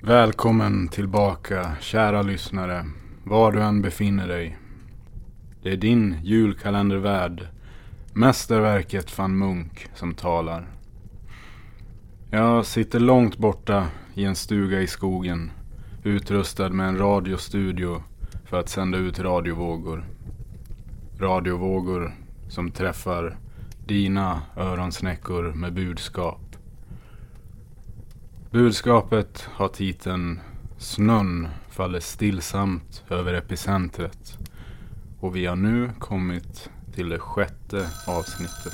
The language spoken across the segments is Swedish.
Välkommen tillbaka, kära lyssnare, var du än befinner dig. Det är din julkalendervärld, mästerverket van Munk, som talar. Jag sitter långt borta i en stuga i skogen, utrustad med en radiostudio för att sända ut radiovågor. Radiovågor som träffar dina öronsnäckor med budskap. Budskapet har titeln Snön faller stillsamt över epicentret. Och vi har nu kommit till det 6:e avsnittet.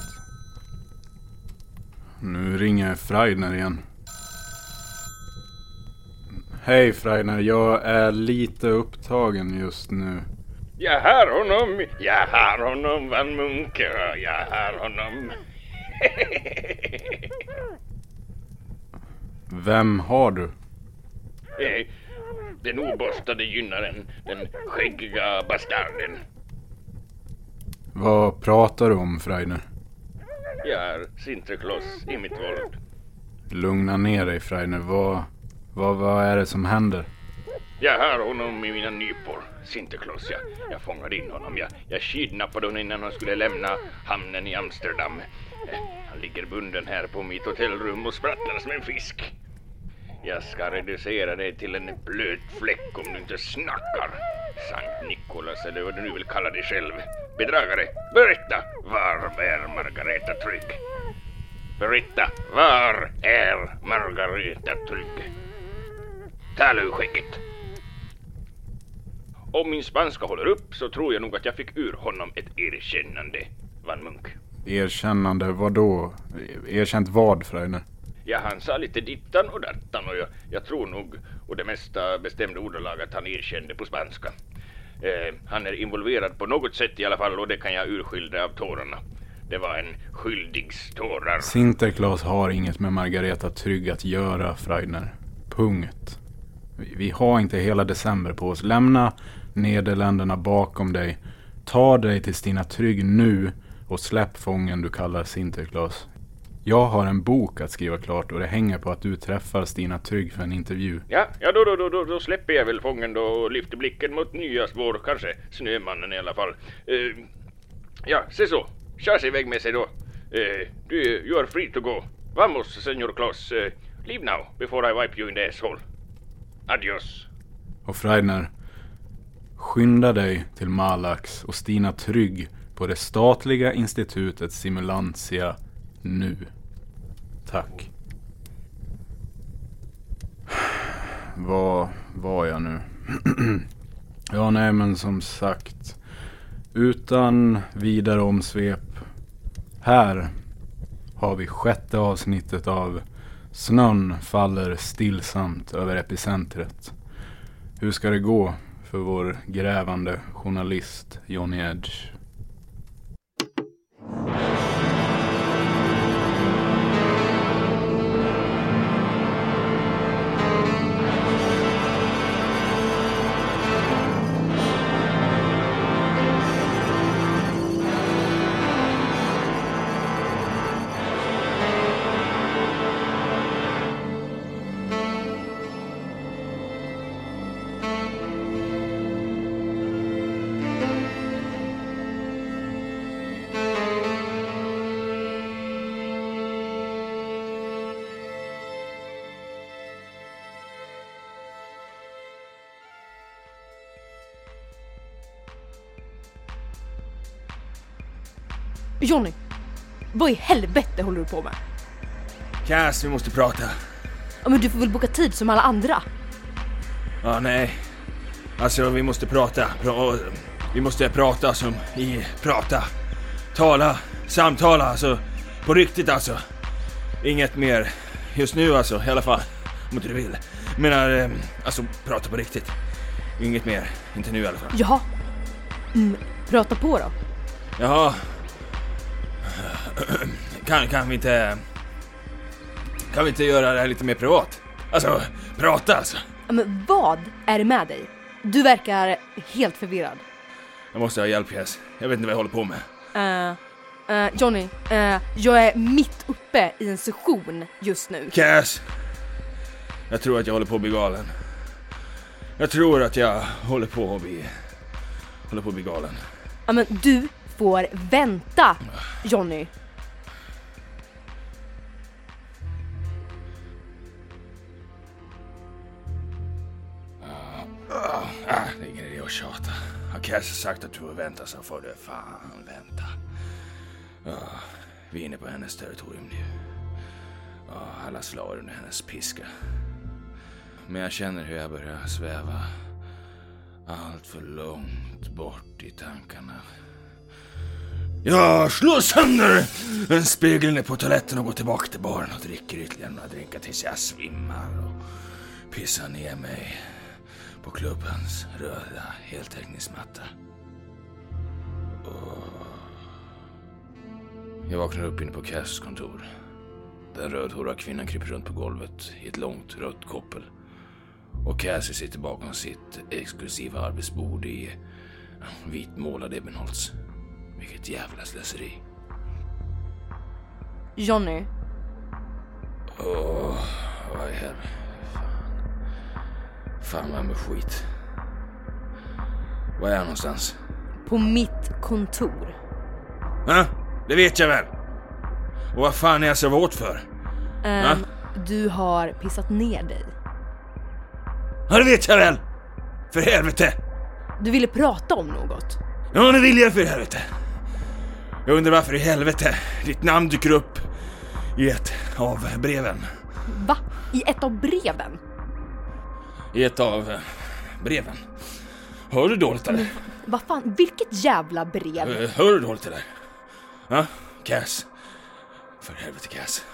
Nu ringer Freidner igen. Hej Freidner, jag är lite upptagen just nu. Jag har honom, van Munk, jag har honom. Vem har du? Den oborstade gynnaren, den skäggiga bastarden. Vad pratar du om, Freidner? Jag är Sinterklaas i mitt våld. Lugna ner dig, Freidner. Vad är det som händer? Jag har honom i mina nypor, Sinterklaas. Jag fångade in honom. Jag kidnappade honom innan han skulle lämna hamnen i Amsterdam. Han ligger bunden här på mitt hotellrum och sprattlar som en fisk. Jag ska reducera dig till en blöt fläck om du inte snackar. Sankt Nikolas, eller vad du nu vill kalla dig själv. Bedragare, berätta, var är Margareta Trygg? Berätta, var är Margareta Trygg? Tala ur skägget. Om min spanska håller upp så tror jag nog att jag fick ur honom ett erkännande, van Munk. Erkännande, vadå? Erkänt vad, Freidner? Ja, han sa lite dittan och dattan och jag tror nog, och det mesta bestämde ordalag, att han erkände på spanska. Han är involverad på något sätt i alla fall, och det kan jag urskilja av tårarna. Det var en skyldigs tårar. Sinterklaas har inget med Margareta Trygg att göra, Freidner. Punkt. Vi har inte hela december på oss. Lämna Nederländerna bakom dig. Ta dig till Stina Trygg nu och släpp fången du kallar Sinterklaas. Jag har en bok att skriva klart och det hänger på att du träffar Stina Trygg för en intervju. Ja, då släpper jag väl fången då och lyfter blicken mot nyårsvår, kanske Snömannen i alla fall. Ja, se så. Kör sig iväg med sig då. You are free to go. Vamos, senor Claus. Leave now, before I wipe you in the asshole. Adios. Och Freidner, skynda dig till Malax och Stina Trygg på det statliga institutet Simulantia nu. Tack. Vad var jag nu? Ja, nej, men som sagt, utan vidare omsvep. Här har vi 6:e avsnittet av Snön faller stillsamt över epicentret. Hur ska det gå för vår grävande journalist Johnny Edge? Johnny, vad i helvete håller du på med? Cass, vi måste prata. Ja, men du får väl boka tid som alla andra. Ja, nej. Alltså, vi måste prata. Vi måste prata som i prata. Tala, samtala, alltså. På riktigt, alltså. Inget mer just nu, alltså, i alla fall. Om inte du vill. Menar, alltså, prata på riktigt. Inget mer, inte nu i alla fall. Jaha. Prata på då. Jaha. Kan vi inte göra det här lite mer privat? Alltså, prata alltså. Men vad är det med dig? Du verkar helt förvirrad. Jag måste ha hjälp, Cass. Jag vet inte vad jag håller på med. Johnny, jag är mitt uppe i en session just nu. Cass, Jag tror att jag håller på att bli galen. Jag tror att jag håller på att bli galen. Ja, men du får vänta, Johnny. Det är ingen idé att tjata. Har Cassie sagt att du får vänta så får du fan vänta. Vi är inne på hennes territorium nu. Alla slår under hennes piska. Men jag känner hur jag börjar sväva allt för långt bort i tankarna. Jag slår sönder en spegel på toaletten och går tillbaka till baren och dricker ytterligare några drinkar tills jag svimmar och pissar ner mig på klubbens röda heltäckningsmatta. Jag vaknar upp inne på Cass kontor. Den rödhåriga kvinnan kryper runt på golvet i ett långt rött koppel. Och Cassie sitter bakom sitt exklusiva arbetsbord i vitmålad ebenholts. Vilket jävla slöseri. Johnny. Vad i helvete. Fan vad med skit. Var är jag någonstans? På mitt kontor. Det vet jag väl. Och vad fan är jag så våt för? Du har pissat ner dig. Ja, det vet jag väl. För helvete. Du ville prata om något. Ja, det vill jag för helvete. Jag undrar varför i helvete ditt namn dyker upp i ett av breven. Va? I ett av breven? I ett av breven. Hör du dåligt eller? Vad fan? Vilket jävla brev? Hör du dåligt eller? Ja, Cass. För helvete, Cass.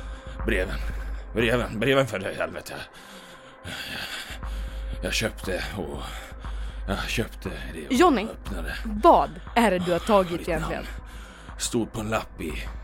Breven för helvete. Jag köpte det och Johnny, öppnade. vad är det du har tagit egentligen? Stod på en lapp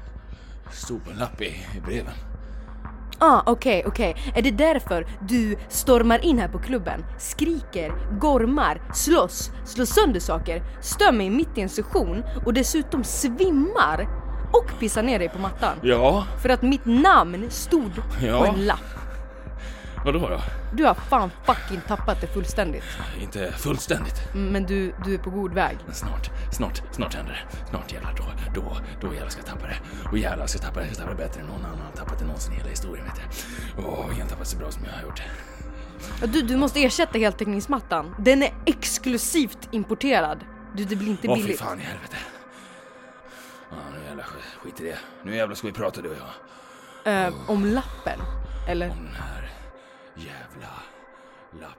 i breven. Okej. Är det därför du stormar in här på klubben, skriker, gormar, slår sönder saker, stör mig mitt i en session och dessutom svimmar och pissar ner dig på mattan? Ja. För att mitt namn stod på en lapp. Vadå då? Du har fan fucking tappat det fullständigt. Inte fullständigt. Men du är på god väg. Men snart händer det. Snart jävlar, då jävlar ska jag tappa det. Och jävlar ska jag tappa det. Jag tappar det bättre än någon annan har tappat det någonsin i hela historien, vet jag. Ingen tappat så bra som jag har gjort. Du måste ersätta heltäckningsmattan. Den är exklusivt importerad. Det blir inte billigt. Fy fan i helvete. Nu jävlar skit i det. Nu jävlar ska vi prata du och jag. Om lappen, eller? Om den här jävla lappen.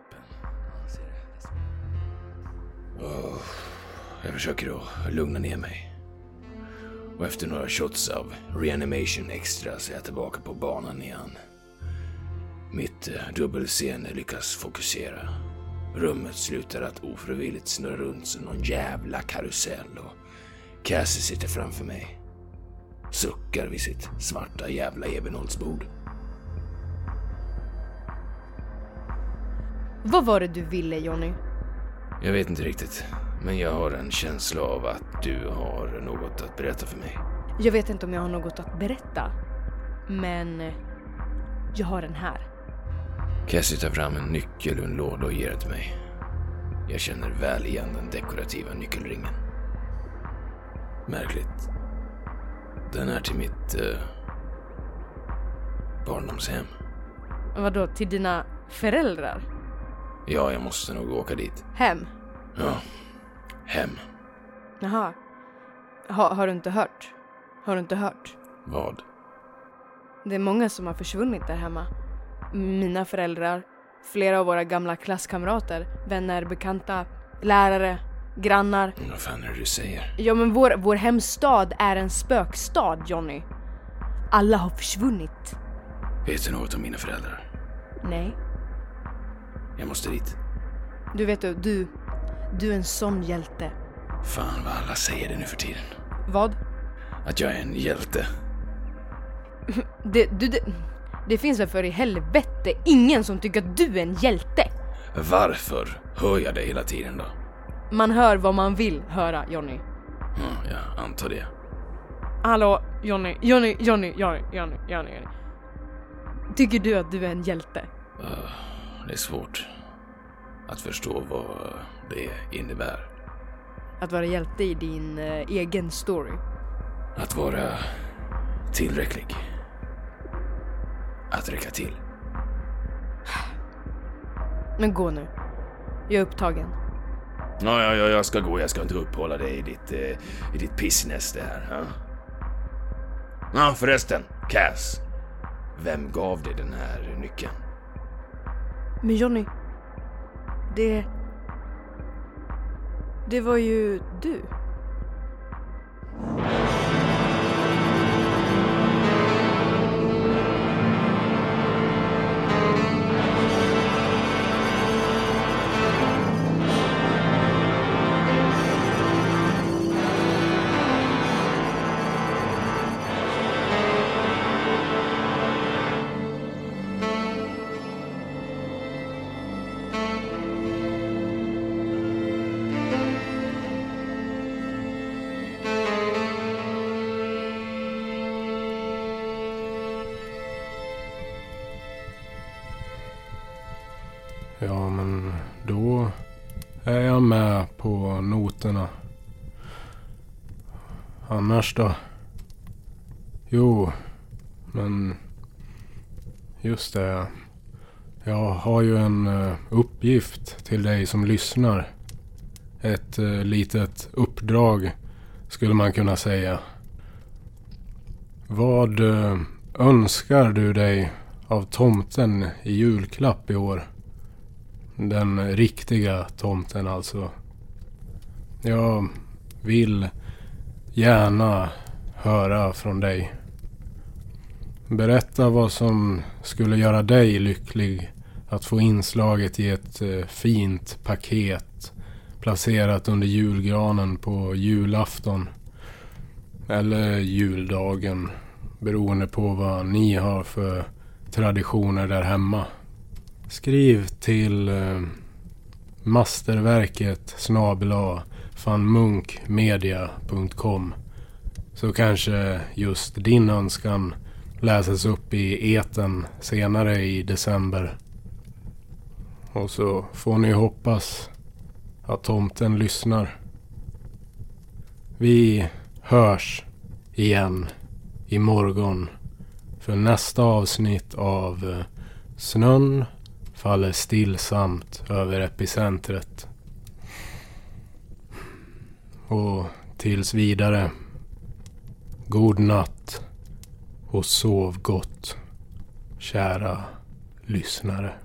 Jag försöker att lugna ner mig. Och efter några shots av reanimation extra så är jag tillbaka på banan igen. Mitt dubbelseende lyckas fokusera. Rummet slutar att ofrivilligt snurra runt som någon jävla karusell och Cassie sitter framför mig. Suckar vid sitt svarta jävla ebenholtsbord. Vad var det du ville, Johnny? Jag vet inte riktigt, men jag har en känsla av att du har något att berätta för mig. Jag vet inte om jag har något att berätta, men jag har den här. Cassie tar fram en nyckel ur en låda och ger det till mig. Jag känner väl igen den dekorativa nyckelringen. Märkligt. Den är till mitt barndomshem. Vadå, till dina föräldrar? Ja, jag måste nog åka dit. Hem? Ja, hem. Jaha. Har du inte hört? Har du inte hört? Vad? Det är många som har försvunnit där hemma. Mina föräldrar, flera av våra gamla klasskamrater, vänner, bekanta, lärare, grannar. Vad fan är det du säger? Ja, men vår hemstad är en spökstad, Johnny. Alla har försvunnit. Vet du något om mina föräldrar? Nej. Jag måste dit. Du vet du är en sån hjälte. Fan vad alla säger det nu för tiden. Vad? Att jag är en hjälte. Det finns väl för i helvete ingen som tycker att du är en hjälte. Varför hör jag det hela tiden då? Man hör vad man vill höra, Johnny. Ja, jag antar det. Hallå, Johnny. Tycker du att du är en hjälte? Det är svårt att förstå vad det innebär. Att vara hjälte i din egen story. Att vara tillräcklig. Att räcka till. Men gå nu. Jag är upptagen. Ja, jag ska gå. Jag ska inte uppehålla dig i ditt pissnäste här. Ja? Ja, förresten. Cass. Vem gav dig den här nyckeln? Men Johnny, det var ju du. Ja, men då är jag med på noterna. Annars då? Jo, men just det. Jag har ju en uppgift till dig som lyssnar. Ett litet uppdrag skulle man kunna säga. Vad önskar du dig av tomten i julklapp i år? Den riktiga tomten alltså. Jag vill gärna höra från dig. Berätta vad som skulle göra dig lycklig att få inslaget i ett fint paket placerat under julgranen på julafton eller juldagen, beroende på vad ni har för traditioner där hemma. Skriv till masterverket@fanmunkmedia.com, så kanske just din önskan läses upp i eten senare i december. Och så får ni hoppas att tomten lyssnar. Vi hörs igen imorgon för nästa avsnitt av Snön faller stillsamt över epicentret. Och tills vidare, god natt och sov gott, kära lyssnare.